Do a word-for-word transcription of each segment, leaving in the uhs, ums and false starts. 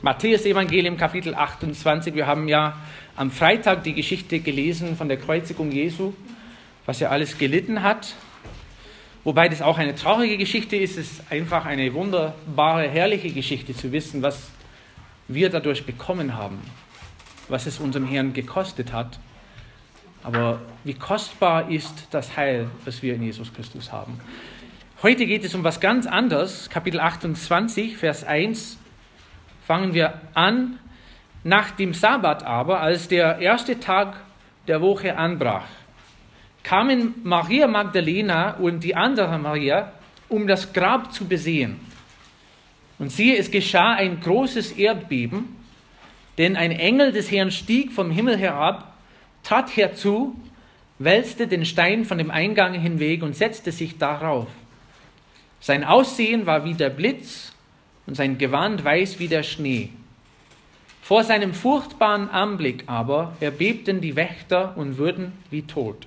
Matthäus-Evangelium, Kapitel achtundzwanzig. Wir haben ja am Freitag die Geschichte gelesen von der Kreuzigung Jesu, was er alles gelitten hat. Wobei das auch eine traurige Geschichte ist. Es ist einfach eine wunderbare, herrliche Geschichte zu wissen, was wir dadurch bekommen haben, was es unserem Herrn gekostet hat. Aber wie kostbar ist das Heil, das wir in Jesus Christus haben. Heute geht es um was ganz anderes. Kapitel achtundzwanzig, Vers eins, fangen wir an. Nach dem Sabbat aber, als der erste Tag der Woche anbrach, kamen Maria Magdalena und die andere Maria, um das Grab zu besehen. Und siehe, es geschah ein großes Erdbeben, denn ein Engel des Herrn stieg vom Himmel herab, trat herzu, wälzte den Stein von dem Eingang hinweg und setzte sich darauf. Sein Aussehen war wie der Blitz und sein Gewand weiß wie der Schnee. Vor seinem furchtbaren Anblick aber erbebten die Wächter und wurden wie tot.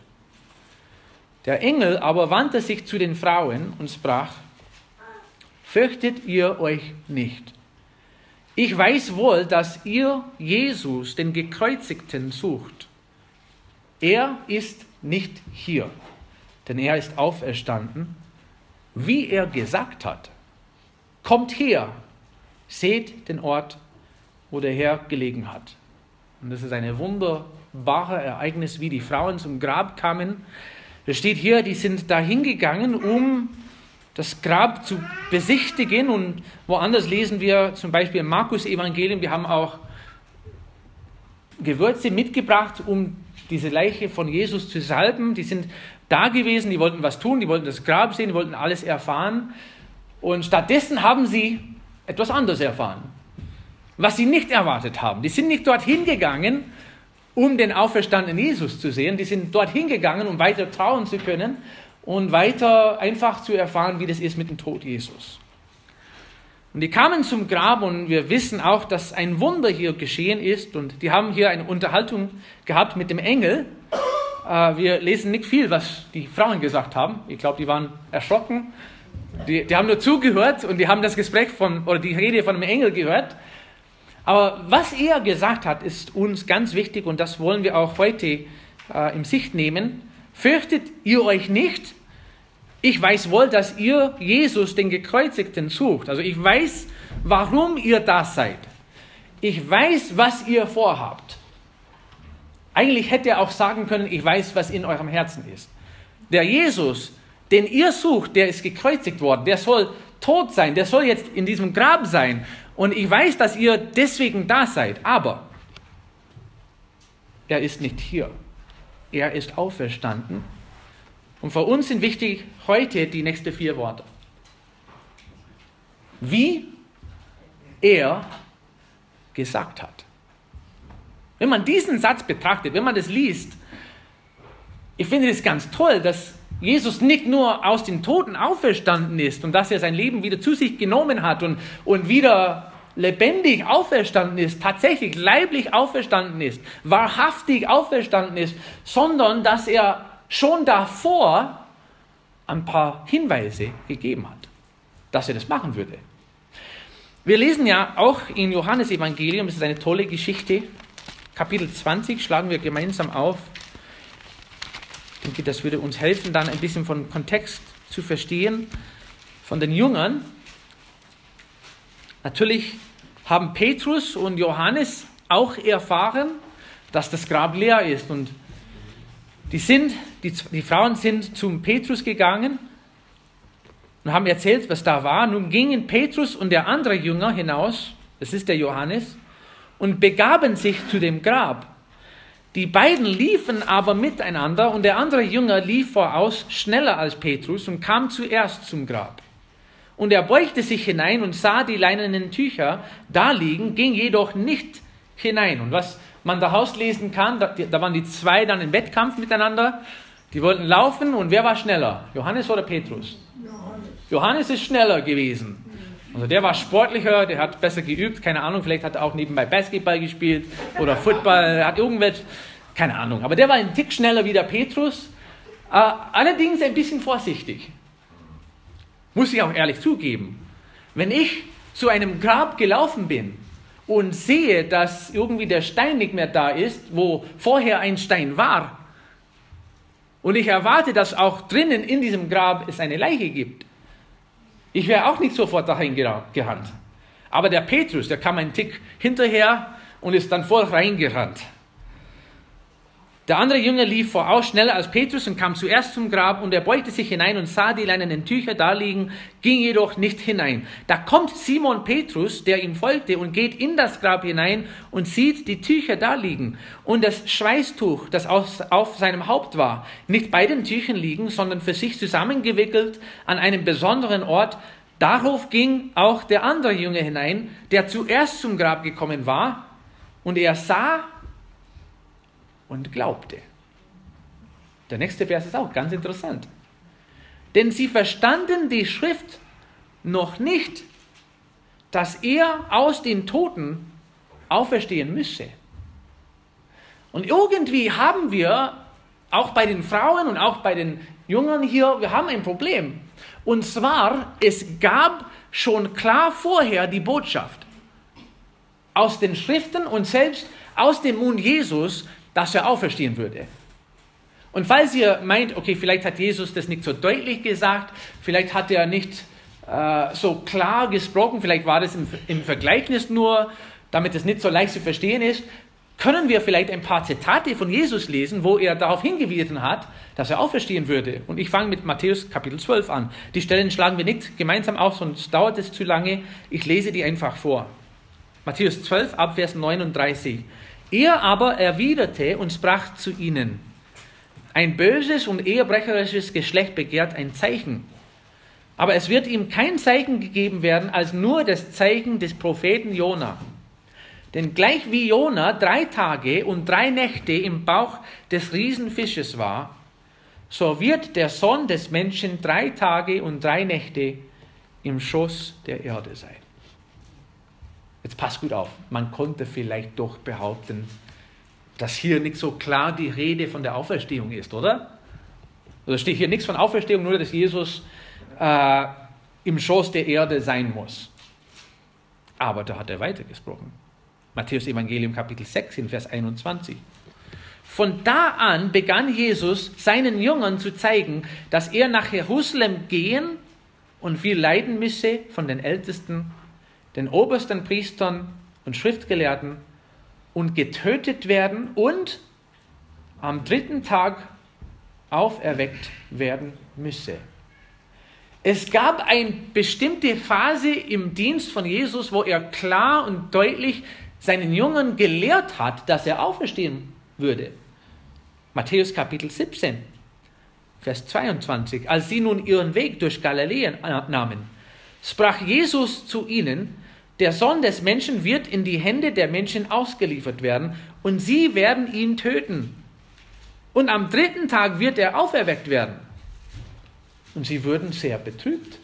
Der Engel aber wandte sich zu den Frauen und sprach: Fürchtet ihr euch nicht. Ich weiß wohl, dass ihr Jesus, den Gekreuzigten, sucht. Er ist nicht hier, denn er ist auferstanden, wie er gesagt hat. Kommt her, seht den Ort, wo der Herr gelegen hat. Und das ist ein wunderbares Ereignis, wie die Frauen zum Grab kamen. Es steht hier, die sind da hingegangen, um das Grab zu besichtigen. Und woanders lesen wir zum Beispiel im Markus-Evangelium, wir haben auch Gewürze mitgebracht, um diese Leiche von Jesus zu salben. Die sind da gewesen, die wollten was tun, die wollten das Grab sehen, die wollten alles erfahren. Und stattdessen haben sie etwas anderes erfahren, was sie nicht erwartet haben. Die sind nicht dorthin gegangen, um den auferstandenen Jesus zu sehen. Die sind dorthin gegangen, um weiter trauen zu können und weiter einfach zu erfahren, wie das ist mit dem Tod Jesus. Und die kamen zum Grab und wir wissen auch, dass ein Wunder hier geschehen ist. Und die haben hier eine Unterhaltung gehabt mit dem Engel. Wir lesen nicht viel, was die Frauen gesagt haben. Ich glaube, die waren erschrocken. Die, die haben nur zugehört und die haben das Gespräch von, oder die Rede von dem Engel gehört. Aber was er gesagt hat, ist uns ganz wichtig und das wollen wir auch heute äh, im Sicht nehmen. Fürchtet ihr euch nicht? Ich weiß wohl, dass ihr Jesus, den Gekreuzigten, sucht. Also ich weiß, warum ihr da seid. Ich weiß, was ihr vorhabt. Eigentlich hätte er auch sagen können, ich weiß, was in eurem Herzen ist. Der Jesus, den ihr sucht, der ist gekreuzigt worden. Der soll tot sein. Der soll jetzt in diesem Grab sein. Und ich weiß, dass ihr deswegen da seid. Aber er ist nicht hier. Er ist auferstanden. Und für uns sind wichtig heute die nächsten vier Worte. Wie er gesagt hat. Wenn man diesen Satz betrachtet, wenn man das liest, ich finde es ganz toll, dass Jesus nicht nur aus den Toten auferstanden ist und dass er sein Leben wieder zu sich genommen hat und, und wieder lebendig auferstanden ist, tatsächlich leiblich auferstanden ist, wahrhaftig auferstanden ist, sondern dass er schon davor ein paar Hinweise gegeben hat, dass er das machen würde. Wir lesen ja auch in Johannes Evangelium, das ist eine tolle Geschichte, Kapitel zwanzig, schlagen wir gemeinsam auf. Ich denke, das würde uns helfen, dann ein bisschen von Kontext zu verstehen, von den Jüngern. Natürlich haben Petrus und Johannes auch erfahren, dass das Grab leer ist. Und die, sind, die, die Frauen sind zum Petrus gegangen und haben erzählt, was da war. Nun gingen Petrus und der andere Jünger hinaus, das ist der Johannes, und begaben sich zu dem Grab. Die beiden liefen aber miteinander und der andere Jünger lief voraus schneller als Petrus und kam zuerst zum Grab. Und er beugte sich hinein und sah die leinenen Tücher da liegen, ging jedoch nicht hinein. Und was man daraus lesen kann, da, da waren die zwei dann im Wettkampf miteinander, die wollten laufen und wer war schneller? Johannes oder Petrus? Johannes. Johannes ist schneller gewesen. Also der war sportlicher, der hat besser geübt, keine Ahnung, vielleicht hat er auch nebenbei Basketball gespielt oder Football, hat irgendwelche, keine Ahnung. Aber der war ein Tick schneller wie der Petrus, äh, allerdings ein bisschen vorsichtig. Muss ich auch ehrlich zugeben. Wenn ich zu einem Grab gelaufen bin und sehe, dass irgendwie der Stein nicht mehr da ist, wo vorher ein Stein war, und ich erwarte, dass auch drinnen in diesem Grab es eine Leiche gibt, ich wäre auch nicht sofort dahin gerannt. Aber der Petrus, der kam einen Tick hinterher und ist dann voll reingerannt. Der andere Jünger lief voraus schneller als Petrus und kam zuerst zum Grab, und er beugte sich hinein und sah die leinenen Tücher da liegen, ging jedoch nicht hinein. Da kommt Simon Petrus, der ihm folgte, und geht in das Grab hinein und sieht die Tücher da liegen und das Schweißtuch, das auf, auf seinem Haupt war, nicht bei den Tüchern liegen, sondern für sich zusammengewickelt an einem besonderen Ort. Darauf ging auch der andere Jünger hinein, der zuerst zum Grab gekommen war, und er sah und glaubte. Der nächste Vers ist auch ganz interessant. Denn sie verstanden die Schrift noch nicht, dass er aus den Toten auferstehen müsse. Und irgendwie haben wir, auch bei den Frauen und auch bei den Jüngern hier, wir haben ein Problem. Und zwar, es gab schon klar vorher die Botschaft aus den Schriften und selbst aus dem Mund Jesus, dass er auferstehen würde. Und falls ihr meint, okay, vielleicht hat Jesus das nicht so deutlich gesagt, vielleicht hat er nicht äh, so klar gesprochen, vielleicht war das im, im Vergleichnis nur, damit es nicht so leicht zu verstehen ist, können wir vielleicht ein paar Zitate von Jesus lesen, wo er darauf hingewiesen hat, dass er auferstehen würde. Und ich fange mit Matthäus Kapitel zwölf an. Die Stellen schlagen wir nicht gemeinsam auf, sonst dauert es zu lange. Ich lese die einfach vor. Matthäus zwölf, ab Vers neununddreißig. Er aber erwiderte und sprach zu ihnen: Ein böses und ehebrecherisches Geschlecht begehrt ein Zeichen. Aber es wird ihm kein Zeichen gegeben werden, als nur das Zeichen des Propheten Jona. Denn gleich wie Jona drei Tage und drei Nächte im Bauch des Riesenfisches war, so wird der Sohn des Menschen drei Tage und drei Nächte im Schoß der Erde sein. Jetzt passt gut auf, man konnte vielleicht doch behaupten, dass hier nicht so klar die Rede von der Auferstehung ist, oder? Also steht hier nichts von Auferstehung, nur dass Jesus äh, im Schoß der Erde sein muss. Aber da hat er weitergesprochen. Matthäus Evangelium Kapitel sechs in Vers einundzwanzig. Von da an begann Jesus seinen Jüngern zu zeigen, dass er nach Jerusalem gehen und viel leiden müsse von den Ältesten, den obersten Priestern und Schriftgelehrten, und getötet werden und am dritten Tag auferweckt werden müsse. Es gab eine bestimmte Phase im Dienst von Jesus, wo er klar und deutlich seinen Jüngern gelehrt hat, dass er auferstehen würde. Matthäus Kapitel siebzehn, Vers zweiundzwanzig. Als sie nun ihren Weg durch Galiläen nahmen, sprach Jesus zu ihnen: Der Sohn des Menschen wird in die Hände der Menschen ausgeliefert werden, und sie werden ihn töten. Und am dritten Tag wird er auferweckt werden. Und sie wurden sehr betrübt.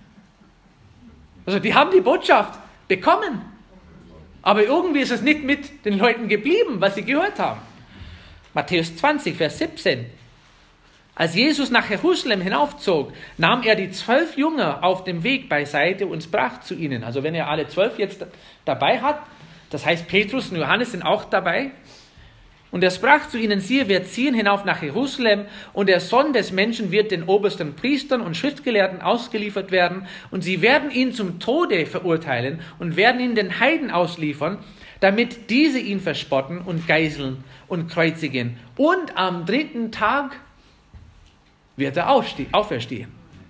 Also die haben die Botschaft bekommen. Aber irgendwie ist es nicht mit den Leuten geblieben, was sie gehört haben. Matthäus zwanzig, Vers siebzehn. Als Jesus nach Jerusalem hinaufzog, nahm er die zwölf Jünger auf dem Weg beiseite und sprach zu ihnen. Also wenn er alle zwölf jetzt dabei hat, das heißt Petrus und Johannes sind auch dabei. Und er sprach zu ihnen: Siehe, wir ziehen hinauf nach Jerusalem, und der Sohn des Menschen wird den obersten Priestern und Schriftgelehrten ausgeliefert werden, und sie werden ihn zum Tode verurteilen und werden ihn den Heiden ausliefern, damit diese ihn verspotten und geißeln und kreuzigen. Und am dritten Tag wird er auferstehen.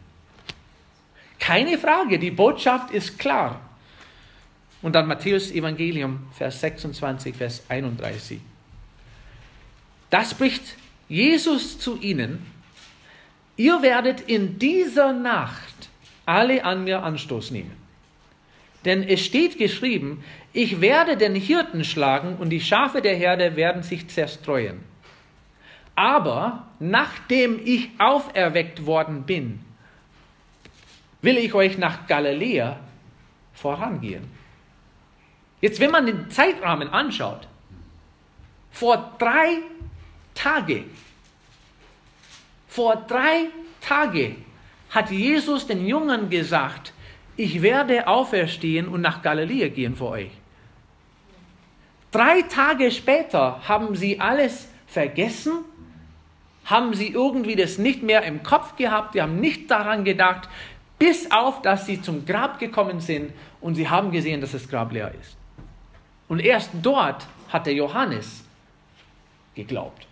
Keine Frage, die Botschaft ist klar. Und dann Matthäus Evangelium, Vers sechsundzwanzig, Vers einunddreißig. Da spricht Jesus zu ihnen: Ihr werdet in dieser Nacht alle an mir Anstoß nehmen. Denn es steht geschrieben: Ich werde den Hirten schlagen, und die Schafe der Herde werden sich zerstreuen. Aber nachdem ich auferweckt worden bin, will ich euch nach Galiläa vorangehen. Jetzt, wenn man den Zeitrahmen anschaut, vor drei Tage, vor drei Tage hat Jesus den Jüngern gesagt: Ich werde auferstehen und nach Galiläa gehen für euch. Drei Tage später haben sie alles vergessen, haben sie irgendwie das nicht mehr im Kopf gehabt, die haben nicht daran gedacht, bis auf, dass sie zum Grab gekommen sind und sie haben gesehen, dass das Grab leer ist. Und erst dort hat der Johannes geglaubt.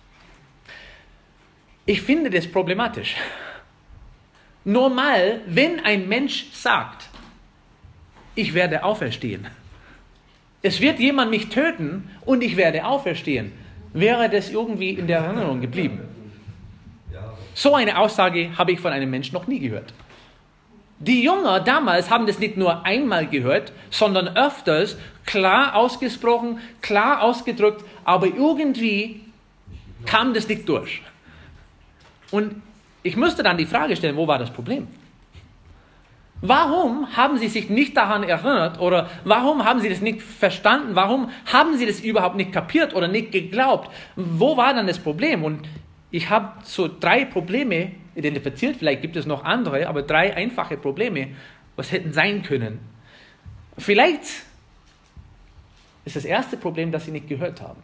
Ich finde das problematisch. Normal, wenn ein Mensch sagt, ich werde auferstehen, es wird jemand mich töten und ich werde auferstehen, wäre das irgendwie in der Erinnerung geblieben. So eine Aussage habe ich von einem Menschen noch nie gehört. Die Jünger damals haben das nicht nur einmal gehört, sondern öfters, klar ausgesprochen, klar ausgedrückt, aber irgendwie kam das nicht durch. Und ich müsste dann die Frage stellen, wo war das Problem? Warum haben sie sich nicht daran erinnert oder warum haben sie das nicht verstanden? Warum haben sie das überhaupt nicht kapiert oder nicht geglaubt? Wo war dann das Problem? Und ich habe so drei Probleme identifiziert, vielleicht gibt es noch andere, aber drei einfache Probleme, was hätten sein können. Vielleicht ist das erste Problem, dass sie nicht gehört haben.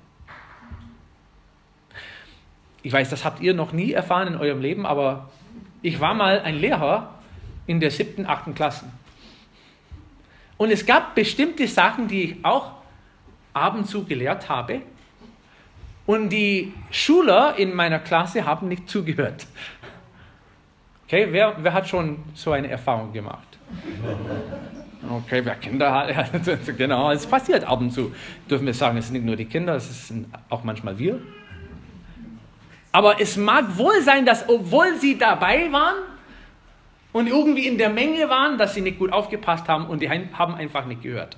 Ich weiß, das habt ihr noch nie erfahren in eurem Leben, aber ich war mal ein Lehrer in der siebten, achten Klasse. Und es gab bestimmte Sachen, die ich auch ab und zu gelehrt habe. Und die Schüler in meiner Klasse haben nicht zugehört. Okay, wer, wer hat schon so eine Erfahrung gemacht? Okay, wer Kinder hat, genau, es passiert ab und zu. Dürfen wir sagen, es sind nicht nur die Kinder, es sind auch manchmal wir. Aber es mag wohl sein, dass obwohl sie dabei waren und irgendwie in der Menge waren, dass sie nicht gut aufgepasst haben und die haben einfach nicht gehört.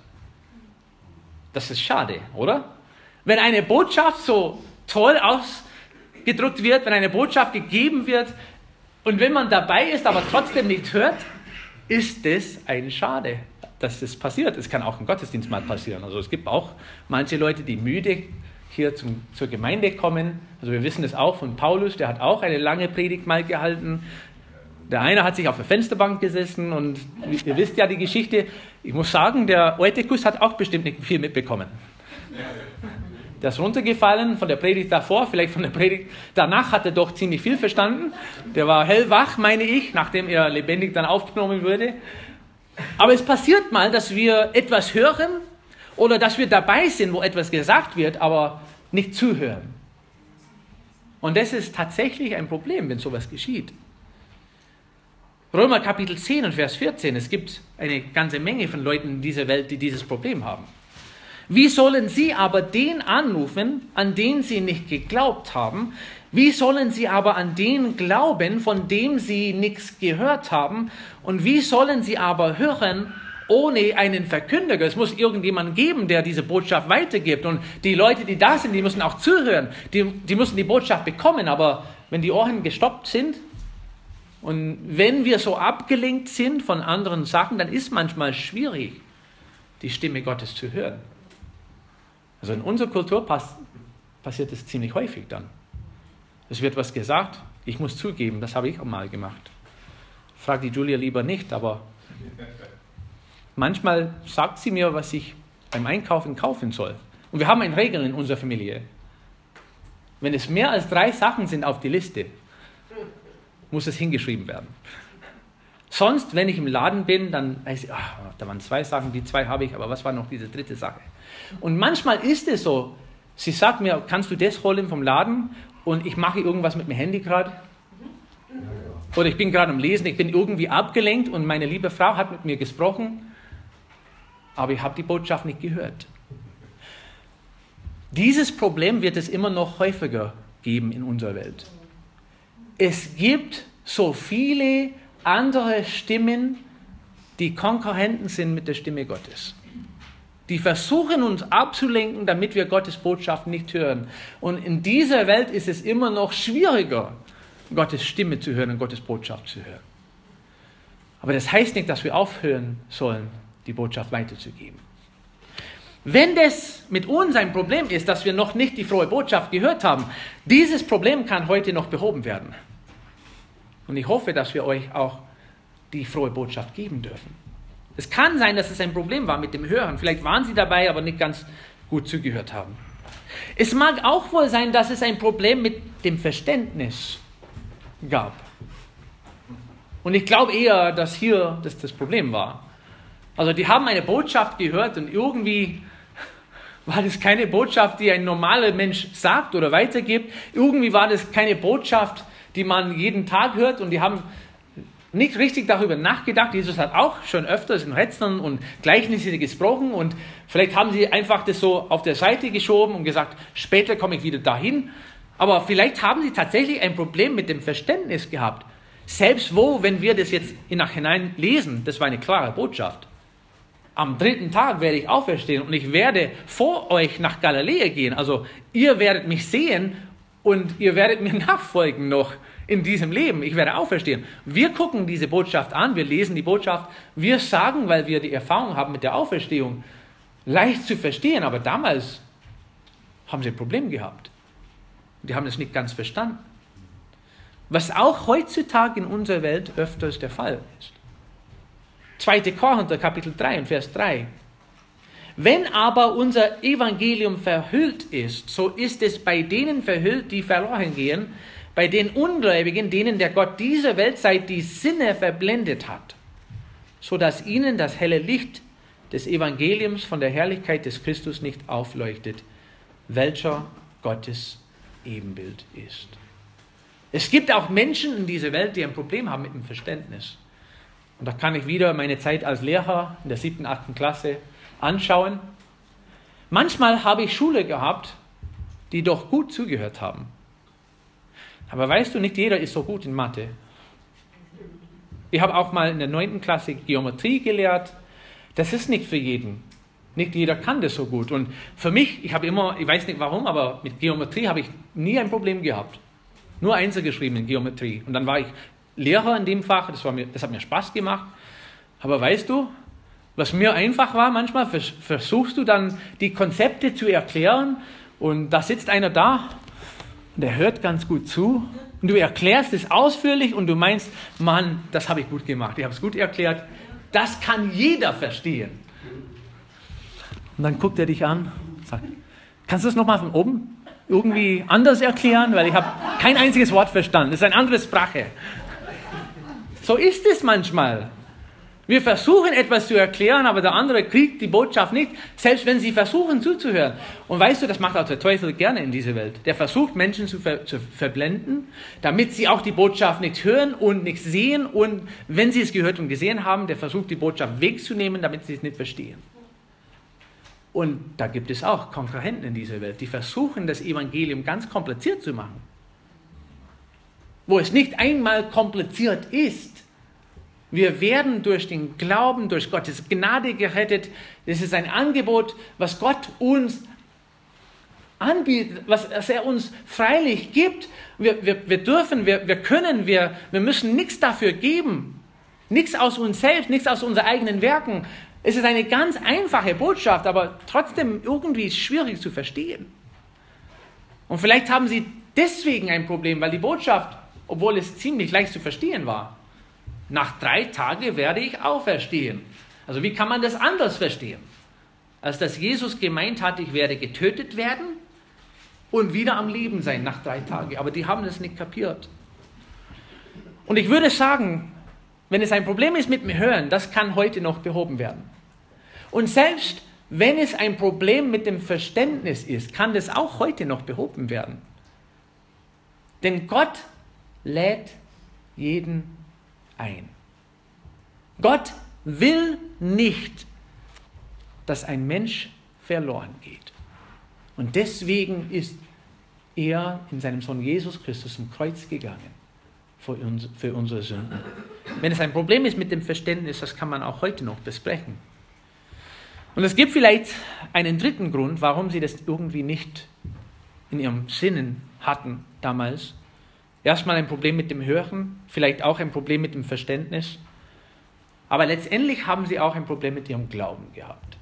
Das ist schade, oder? Wenn eine Botschaft so toll ausgedrückt wird, wenn eine Botschaft gegeben wird und wenn man dabei ist, aber trotzdem nicht hört, ist das ein Schade, dass das passiert. Es kann auch im Gottesdienst mal passieren. Also es gibt auch manche Leute, die müde hier zum, zur Gemeinde kommen. Also wir wissen das auch von Paulus, der hat auch eine lange Predigt mal gehalten. Der eine hat sich auf der Fensterbank gesessen und ihr wisst ja die Geschichte. Ich muss sagen, der Eutychus hat auch bestimmt nicht viel mitbekommen. Der ist runtergefallen von der Predigt davor, vielleicht von der Predigt danach hat er doch ziemlich viel verstanden. Der war hellwach, meine ich, nachdem er lebendig dann aufgenommen wurde. Aber es passiert mal, dass wir etwas hören oder dass wir dabei sind, wo etwas gesagt wird, aber nicht zuhören. Und das ist tatsächlich ein Problem, wenn sowas geschieht. Römer Kapitel zehn und Vers vierzehn, es gibt eine ganze Menge von Leuten in dieser Welt, die dieses Problem haben. Wie sollen sie aber den anrufen, an den sie nicht geglaubt haben? Wie sollen sie aber an den glauben, von dem sie nichts gehört haben? Und wie sollen sie aber hören, ohne einen Verkündiger? Es muss irgendjemanden geben, der diese Botschaft weitergibt. Und die Leute, die da sind, die müssen auch zuhören. Die, die müssen die Botschaft bekommen. Aber wenn die Ohren gestoppt sind und wenn wir so abgelenkt sind von anderen Sachen, dann ist manchmal schwierig, die Stimme Gottes zu hören. Also in unserer Kultur pass- passiert das ziemlich häufig dann. Es wird was gesagt, ich muss zugeben, das habe ich auch mal gemacht. Frag die Julia lieber nicht, aber manchmal sagt sie mir, was ich beim Einkaufen kaufen soll. Und wir haben eine Regel in unserer Familie. Wenn es mehr als drei Sachen sind auf die Liste, muss es hingeschrieben werden. Sonst, wenn ich im Laden bin, dann weiß ich, ach, da waren zwei Sachen, die zwei habe ich, aber was war noch diese dritte Sache? Und manchmal ist es so, sie sagt mir, kannst du das holen vom Laden? Und ich mache irgendwas mit meinem Handy gerade. Oder ich bin gerade am Lesen, ich bin irgendwie abgelenkt und meine liebe Frau hat mit mir gesprochen, aber ich habe die Botschaft nicht gehört. Dieses Problem wird es immer noch häufiger geben in unserer Welt. Es gibt so viele andere Stimmen, die Konkurrenten sind mit der Stimme Gottes. Die versuchen uns abzulenken, damit wir Gottes Botschaft nicht hören. Und in dieser Welt ist es immer noch schwieriger, Gottes Stimme zu hören und Gottes Botschaft zu hören. Aber das heißt nicht, dass wir aufhören sollen, die Botschaft weiterzugeben. Wenn das mit uns ein Problem ist, dass wir noch nicht die frohe Botschaft gehört haben, dieses Problem kann heute noch behoben werden. Und ich hoffe, dass wir euch auch die frohe Botschaft geben dürfen. Es kann sein, dass es ein Problem war mit dem Hören. Vielleicht waren sie dabei, aber nicht ganz gut zugehört haben. Es mag auch wohl sein, dass es ein Problem mit dem Verständnis gab. Und ich glaube eher, dass hier das, das Problem war. Also die haben eine Botschaft gehört und irgendwie war das keine Botschaft, die ein normaler Mensch sagt oder weitergibt. Irgendwie war das keine Botschaft, die man jeden Tag hört, und die haben nicht richtig darüber nachgedacht. Jesus hat auch schon öfters in Rätseln und Gleichnisse gesprochen, und vielleicht haben sie einfach das so auf der Seite geschoben und gesagt, später komme ich wieder dahin. Aber vielleicht haben sie tatsächlich ein Problem mit dem Verständnis gehabt. Selbst wo, wenn wir das jetzt im Nachhinein lesen, das war eine klare Botschaft. Am dritten Tag werde ich auferstehen und ich werde vor euch nach Galiläa gehen. Also ihr werdet mich sehen und ihr werdet mir nachfolgen noch in diesem Leben. Ich werde auferstehen. Wir gucken diese Botschaft an, wir lesen die Botschaft, wir sagen, weil wir die Erfahrung haben mit der Auferstehung, leicht zu verstehen, aber damals haben sie ein Problem gehabt. Die haben das nicht ganz verstanden. Was auch heutzutage in unserer Welt öfters der Fall ist. zweiter Korinther, Kapitel drei und Vers drei. Wenn aber unser Evangelium verhüllt ist, so ist es bei denen verhüllt, die verloren gehen, bei den Ungläubigen, denen der Gott dieser Weltzeit die Sinne verblendet hat, so dass ihnen das helle Licht des Evangeliums von der Herrlichkeit des Christus nicht aufleuchtet, welcher Gottes Ebenbild ist. Es gibt auch Menschen in dieser Welt, die ein Problem haben mit dem Verständnis. Und da kann ich wieder meine Zeit als Lehrer in der siebten, achten Klasse anschauen. Manchmal habe ich Schüler gehabt, die doch gut zugehört haben. Aber weißt du, nicht jeder ist so gut in Mathe. Ich habe auch mal in der neunten Klasse Geometrie gelehrt. Das ist nicht für jeden. Nicht jeder kann das so gut. Und für mich, ich habe immer, ich weiß nicht warum, aber mit Geometrie habe ich nie ein Problem gehabt. Nur Einser geschrieben in Geometrie. Und dann war ich Lehrer in dem Fach, das, war mir, das hat mir Spaß gemacht. Aber weißt du, was mir einfach war, manchmal vers- versuchst du dann die Konzepte zu erklären und da sitzt einer da und der hört ganz gut zu und du erklärst es ausführlich und du meinst, Mann, das habe ich gut gemacht, ich habe es gut erklärt. Das kann jeder verstehen. Und dann guckt er dich an und sagt, kannst du das nochmal von oben irgendwie anders erklären? Weil ich habe kein einziges Wort verstanden, das ist eine andere Sprache. So ist es manchmal. Wir versuchen etwas zu erklären, aber der andere kriegt die Botschaft nicht, selbst wenn sie versuchen zuzuhören. Und weißt du, das macht auch der Teufel gerne in dieser Welt. Der versucht, Menschen zu, ver- zu verblenden, damit sie auch die Botschaft nicht hören und nicht sehen. Und wenn sie es gehört und gesehen haben, der versucht, die Botschaft wegzunehmen, damit sie es nicht verstehen. Und da gibt es auch Konkurrenten in dieser Welt, die versuchen, das Evangelium ganz kompliziert zu machen. Wo es nicht einmal kompliziert ist. Wir werden durch den Glauben, durch Gottes Gnade gerettet. Das ist ein Angebot, was Gott uns anbietet, was, was er uns freilich gibt. Wir, wir, wir dürfen, wir, wir können, wir, wir müssen nichts dafür geben. Nichts aus uns selbst, nichts aus unseren eigenen Werken. Es ist eine ganz einfache Botschaft, aber trotzdem irgendwie schwierig zu verstehen. Und vielleicht haben Sie deswegen ein Problem, weil die Botschaft, obwohl es ziemlich leicht zu verstehen war, nach drei Tagen werde ich auferstehen. Also wie kann man das anders verstehen? Als dass Jesus gemeint hat, ich werde getötet werden und wieder am Leben sein nach drei Tagen. Aber die haben das nicht kapiert. Und ich würde sagen, wenn es ein Problem ist mit dem Hören, das kann heute noch behoben werden. Und selbst wenn es ein Problem mit dem Verständnis ist, kann das auch heute noch behoben werden. Denn Gott lädt jeden ein. Gott will nicht, dass ein Mensch verloren geht. Und deswegen ist er in seinem Sohn Jesus Christus zum Kreuz gegangen für, uns, für unsere Sünden. Wenn es ein Problem ist mit dem Verständnis, das kann man auch heute noch besprechen. Und es gibt vielleicht einen dritten Grund, warum sie das irgendwie nicht in ihrem Sinnen hatten damals. Erstmal ein Problem mit dem Hören, vielleicht auch ein Problem mit dem Verständnis. Aber letztendlich haben sie auch ein Problem mit ihrem Glauben gehabt.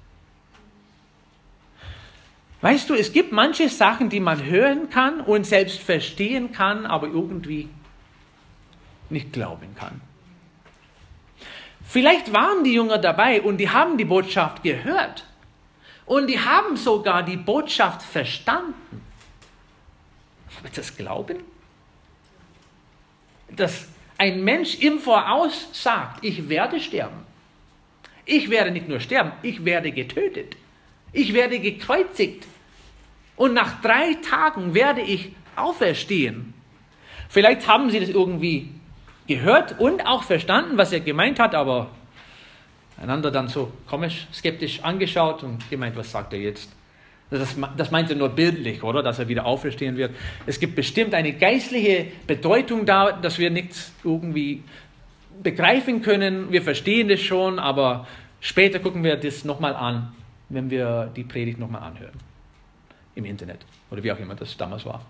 Weißt du, es gibt manche Sachen, die man hören kann und selbst verstehen kann, aber irgendwie nicht glauben kann. Vielleicht waren die Jünger dabei und die haben die Botschaft gehört. Und die haben sogar die Botschaft verstanden. Aber das Glauben? Dass ein Mensch im Voraus sagt, ich werde sterben. Ich werde nicht nur sterben, ich werde getötet. Ich werde gekreuzigt. Und nach drei Tagen werde ich auferstehen. Vielleicht haben sie das irgendwie gehört und auch verstanden, was er gemeint hat, aber einander dann so komisch, skeptisch angeschaut und gemeint, was sagt er jetzt? Das, das meint er nur bildlich, oder? Dass er wieder auferstehen wird. Es gibt bestimmt eine geistliche Bedeutung da, dass wir nichts irgendwie begreifen können. Wir verstehen das schon, aber später gucken wir das nochmal an, wenn wir die Predigt nochmal anhören. Im Internet oder wie auch immer das damals war.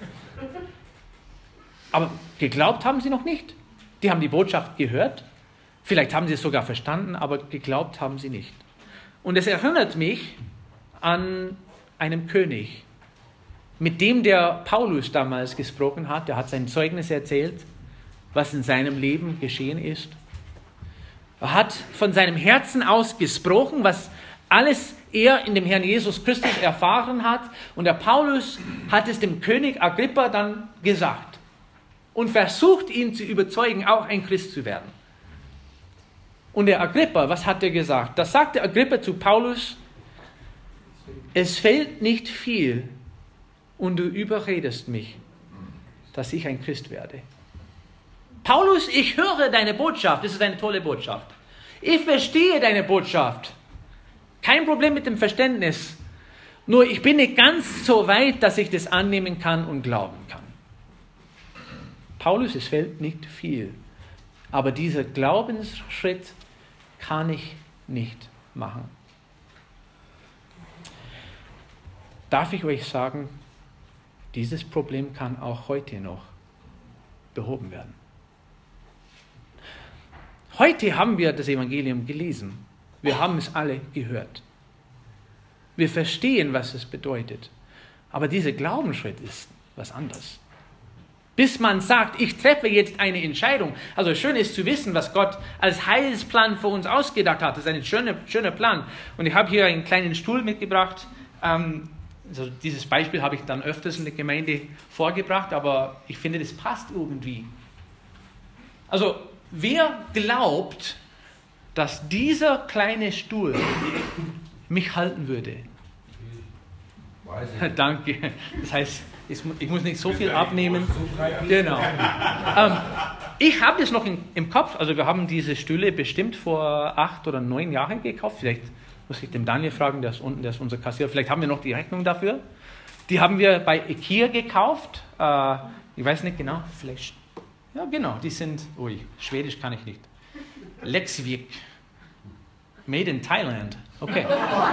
Aber geglaubt haben sie noch nicht. Die haben die Botschaft gehört. Vielleicht haben sie es sogar verstanden, aber geglaubt haben sie nicht. Und es erinnert mich an einen König, mit dem der Paulus damals gesprochen hat. Der hat sein Zeugnis erzählt, was in seinem Leben geschehen ist. Er hat von seinem Herzen aus gesprochen, was alles er in dem Herrn Jesus Christus erfahren hat. Und der Paulus hat es dem König Agrippa dann gesagt und versucht, ihn zu überzeugen, auch ein Christ zu werden. Und der Agrippa, was hat er gesagt? Das sagte Agrippa zu Paulus: Es fehlt nicht viel und du überredest mich, dass ich ein Christ werde. Paulus, ich höre deine Botschaft, das ist eine tolle Botschaft. Ich verstehe deine Botschaft. Kein Problem mit dem Verständnis. Nur ich bin nicht ganz so weit, dass ich das annehmen kann und glauben kann. Paulus, es fehlt nicht viel. Aber dieser Glaubensschritt kann ich nicht machen. Darf ich euch sagen, dieses Problem kann auch heute noch behoben werden. Heute haben wir das Evangelium gelesen. Wir haben es alle gehört. Wir verstehen, was es bedeutet. Aber dieser Glaubensschritt ist was anderes. Bis man sagt, ich treffe jetzt eine Entscheidung. Also schön ist zu wissen, was Gott als Heilsplan für uns ausgedacht hat. Das ist ein schöner, schöner Plan. Und ich habe hier einen kleinen Stuhl mitgebracht. Ähm, also dieses Beispiel habe ich dann öfters in der Gemeinde vorgebracht, aber ich finde, das passt irgendwie. Also wer glaubt, dass dieser kleine Stuhl mich halten würde? Danke. Das heißt, ich muss nicht so viel abnehmen. Genau. Ähm, ich habe das noch in, im Kopf. Also wir haben diese Stühle bestimmt vor acht oder neun Jahren gekauft. Vielleicht muss ich dem Daniel fragen, der ist unten, der ist unser Kassierer. Vielleicht haben wir noch die Rechnung dafür. Die haben wir bei IKEA gekauft. Äh, ich weiß nicht genau. Vielleicht. Ja, genau. Die sind. Ui, Schwedisch kann ich nicht. Leksvik. Made in Thailand. Okay.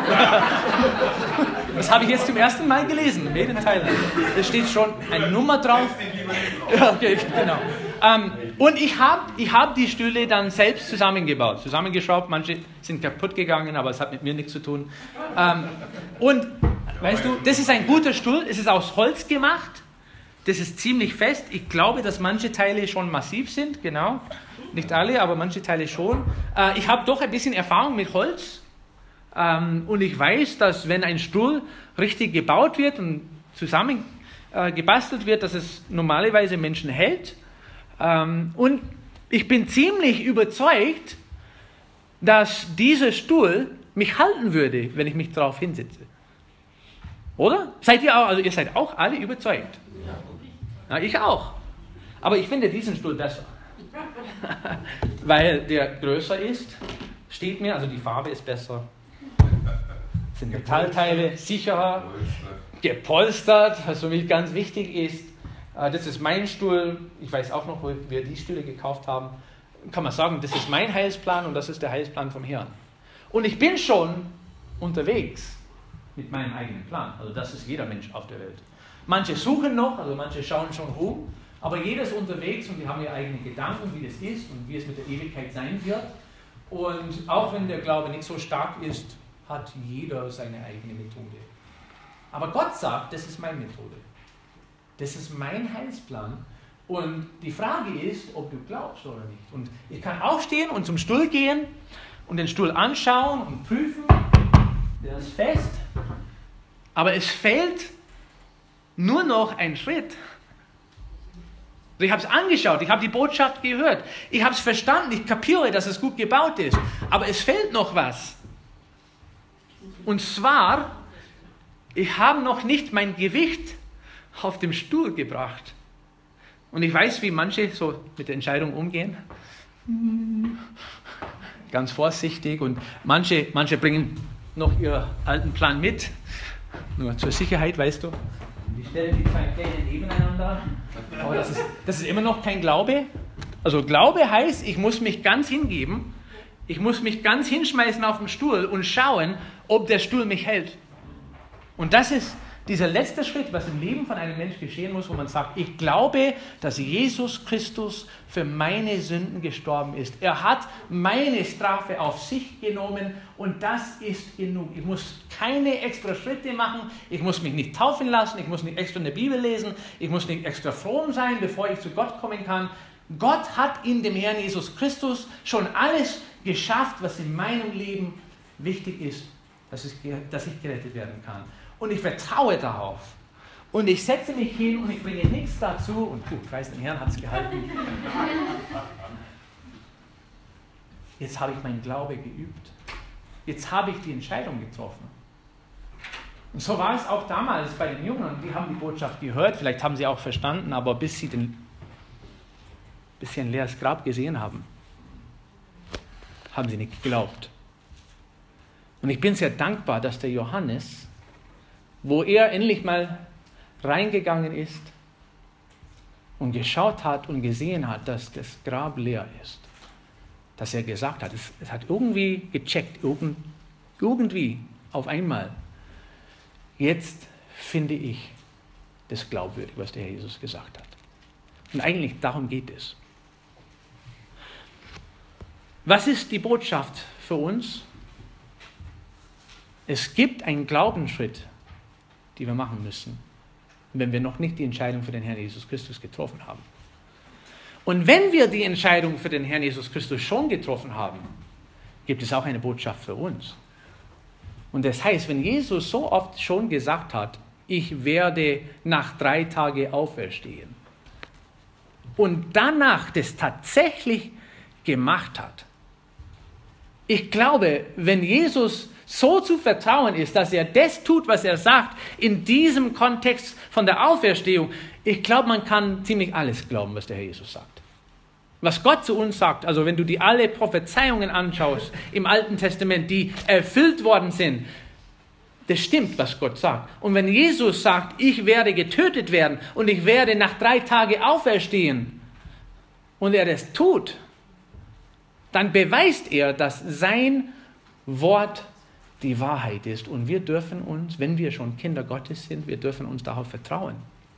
Das habe ich jetzt zum ersten Mal gelesen. Made in Thailand. Da steht schon eine Nummer drauf. Ja, okay, genau. Ähm, und ich habe ich hab die Stühle dann selbst zusammengebaut. Zusammengeschraubt. Manche sind kaputt gegangen, aber es hat mit mir nichts zu tun. Ähm, und weißt du, das ist ein guter Stuhl. Es ist aus Holz gemacht. Das ist ziemlich fest. Ich glaube, dass manche Teile schon massiv sind. Genau. Nicht alle, aber manche Teile schon. Äh, ich habe doch ein bisschen Erfahrung mit Holz. Ähm, und ich weiß, dass wenn ein Stuhl richtig gebaut wird und zusammen äh, gebastelt wird, dass es normalerweise Menschen hält. Ähm, und ich bin ziemlich überzeugt, dass dieser Stuhl mich halten würde, wenn ich mich darauf hinsetze. Oder? Seid ihr auch, also ihr seid auch alle überzeugt? Ja, ich auch. Aber ich finde diesen Stuhl besser. Weil der größer ist, steht mir, also die Farbe ist besser. Das sind Metallteile, sicherer, gepolstert, was für mich ganz wichtig ist. Das ist mein Stuhl. Ich weiß auch noch, wo wir die Stühle gekauft haben. Kann man sagen, das ist mein Heilsplan und das ist der Heilsplan vom Herrn. Und ich bin schon unterwegs mit meinem eigenen Plan. Also das ist jeder Mensch auf der Welt. Manche suchen noch, also manche schauen schon rum, aber jeder ist unterwegs und die haben ihre eigenen Gedanken, wie das ist und wie es mit der Ewigkeit sein wird. Und auch wenn der Glaube nicht so stark ist, hat jeder seine eigene Methode. Aber Gott sagt, das ist meine Methode. Das ist mein Heilsplan. Und die Frage ist, ob du glaubst oder nicht. Und ich kann aufstehen und zum Stuhl gehen und den Stuhl anschauen und prüfen. der ist fest, aber es fehlt nur noch ein Schritt. Ich habe es angeschaut, ich habe die Botschaft gehört, ich habe es verstanden, ich kapiere, dass es gut gebaut ist, aber es fehlt noch was. Und zwar, ich habe noch nicht mein Gewicht auf dem Stuhl gebracht. Und ich weiß, wie manche so mit der Entscheidung umgehen. Ganz vorsichtig und manche, manche bringen noch ihren alten Plan mit. Nur zur Sicherheit, weißt du. Die stellen die zwei Pläne nebeneinander. Aber das ist, das ist immer noch kein Glaube. Also Glaube heißt, ich muss mich ganz hingeben. Ich muss mich ganz hinschmeißen auf den Stuhl und schauen, ob der Stuhl mich hält. Und das ist dieser letzte Schritt, was im Leben von einem Menschen geschehen muss, wo man sagt, ich glaube, dass Jesus Christus für meine Sünden gestorben ist. Er hat meine Strafe auf sich genommen und das ist genug. Ich muss keine extra Schritte machen, ich muss mich nicht taufen lassen, ich muss nicht extra eine Bibel lesen, ich muss nicht extra fromm sein, bevor ich zu Gott kommen kann. Gott hat in dem Herrn Jesus Christus schon alles geschafft, was in meinem Leben wichtig ist, dass ich, dass ich gerettet werden kann. Und ich vertraue darauf. Und ich setze mich hin und ich bringe nichts dazu. Und puh, preis den Herrn, hat es gehalten. Jetzt habe ich meinen Glaube geübt. Jetzt habe ich die Entscheidung getroffen. Und so war es auch damals bei den Jüngern. Die haben die Botschaft gehört, vielleicht haben sie auch verstanden, aber bis sie, den, bis sie ein leeres Grab gesehen haben, haben sie nicht geglaubt. Und ich bin sehr dankbar, dass der Johannes, wo er endlich mal reingegangen ist und geschaut hat und gesehen hat, dass das Grab leer ist, dass er gesagt hat, es, es hat irgendwie gecheckt, irgend, irgendwie auf einmal, jetzt finde ich das glaubwürdig, was der Herr Jesus gesagt hat. Und eigentlich darum geht es. Was ist die Botschaft für uns? Es gibt einen Glaubensschritt, die wir machen müssen, wenn wir noch nicht die Entscheidung für den Herrn Jesus Christus getroffen haben. Und wenn wir die Entscheidung für den Herrn Jesus Christus schon getroffen haben, gibt es auch eine Botschaft für uns. Und das heißt, wenn Jesus so oft schon gesagt hat, ich werde nach drei Tagen auferstehen, und danach das tatsächlich gemacht hat, ich glaube, wenn Jesus so zu vertrauen ist, dass er das tut, was er sagt, in diesem Kontext von der Auferstehung, ich glaube, man kann ziemlich alles glauben, was der Herr Jesus sagt. Was Gott zu uns sagt, also wenn du die alle Prophezeiungen anschaust im Alten Testament, die erfüllt worden sind, das stimmt, was Gott sagt. Und wenn Jesus sagt, ich werde getötet werden und ich werde nach drei Tagen auferstehen und er das tut, dann beweist er, dass sein Wort die Wahrheit ist. Und wir dürfen uns, wenn wir schon Kinder Gottes sind, wir dürfen uns darauf vertrauen.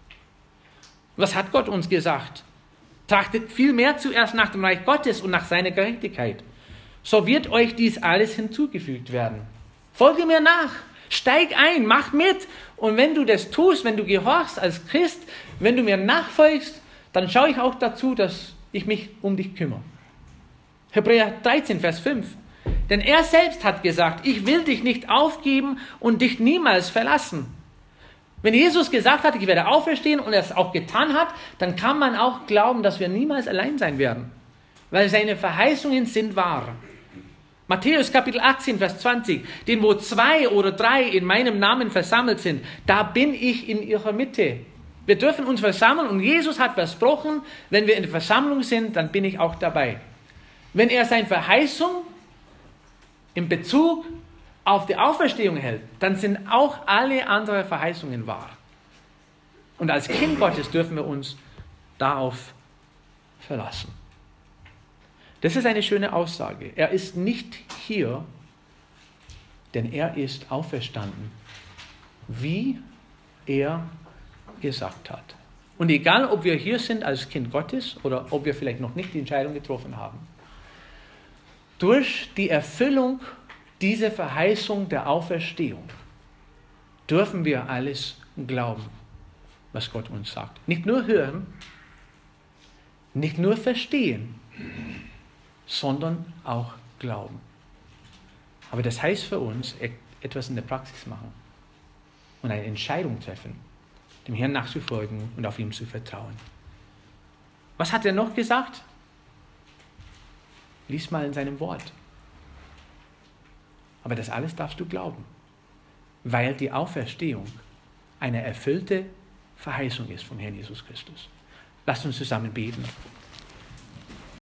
Was hat Gott uns gesagt? Trachtet vielmehr zuerst nach dem Reich Gottes und nach seiner Gerechtigkeit. So wird euch dies alles hinzugefügt werden. Folge mir nach, steig ein, mach mit. Und wenn du das tust, wenn du gehorchst als Christ, wenn du mir nachfolgst, dann schaue ich auch dazu, dass ich mich um dich kümmere. Hebräer dreizehn, Vers fünf. Denn er selbst hat gesagt, ich will dich nicht aufgeben und dich niemals verlassen. Wenn Jesus gesagt hat, ich werde auferstehen und er es auch getan hat, dann kann man auch glauben, dass wir niemals allein sein werden. Weil seine Verheißungen sind wahr. Matthäus Kapitel achtzehn, Vers zwanzig. Denn wo zwei oder drei in meinem Namen versammelt sind, da bin ich in ihrer Mitte. Wir dürfen uns versammeln und Jesus hat versprochen, wenn wir in der Versammlung sind, dann bin ich auch dabei. Wenn er seine Verheißung in Bezug auf die Auferstehung hält, dann sind auch alle anderen Verheißungen wahr. Und als Kind Gottes dürfen wir uns darauf verlassen. Das ist eine schöne Aussage. Er ist nicht hier, denn er ist auferstanden, wie er gesagt hat. Und egal, ob wir hier sind als Kind Gottes oder ob wir vielleicht noch nicht die Entscheidung getroffen haben, durch die Erfüllung dieser Verheißung der Auferstehung dürfen wir alles glauben, was Gott uns sagt. Nicht nur hören, nicht nur verstehen, sondern auch glauben. Aber das heißt für uns, etwas in der Praxis machen und eine Entscheidung treffen, dem Herrn nachzufolgen und auf ihm zu vertrauen. Was hat er noch gesagt? Lies mal in seinem Wort. Aber das alles darfst du glauben, weil die Auferstehung eine erfüllte Verheißung ist vom Herrn Jesus Christus. Lasst uns zusammen beten.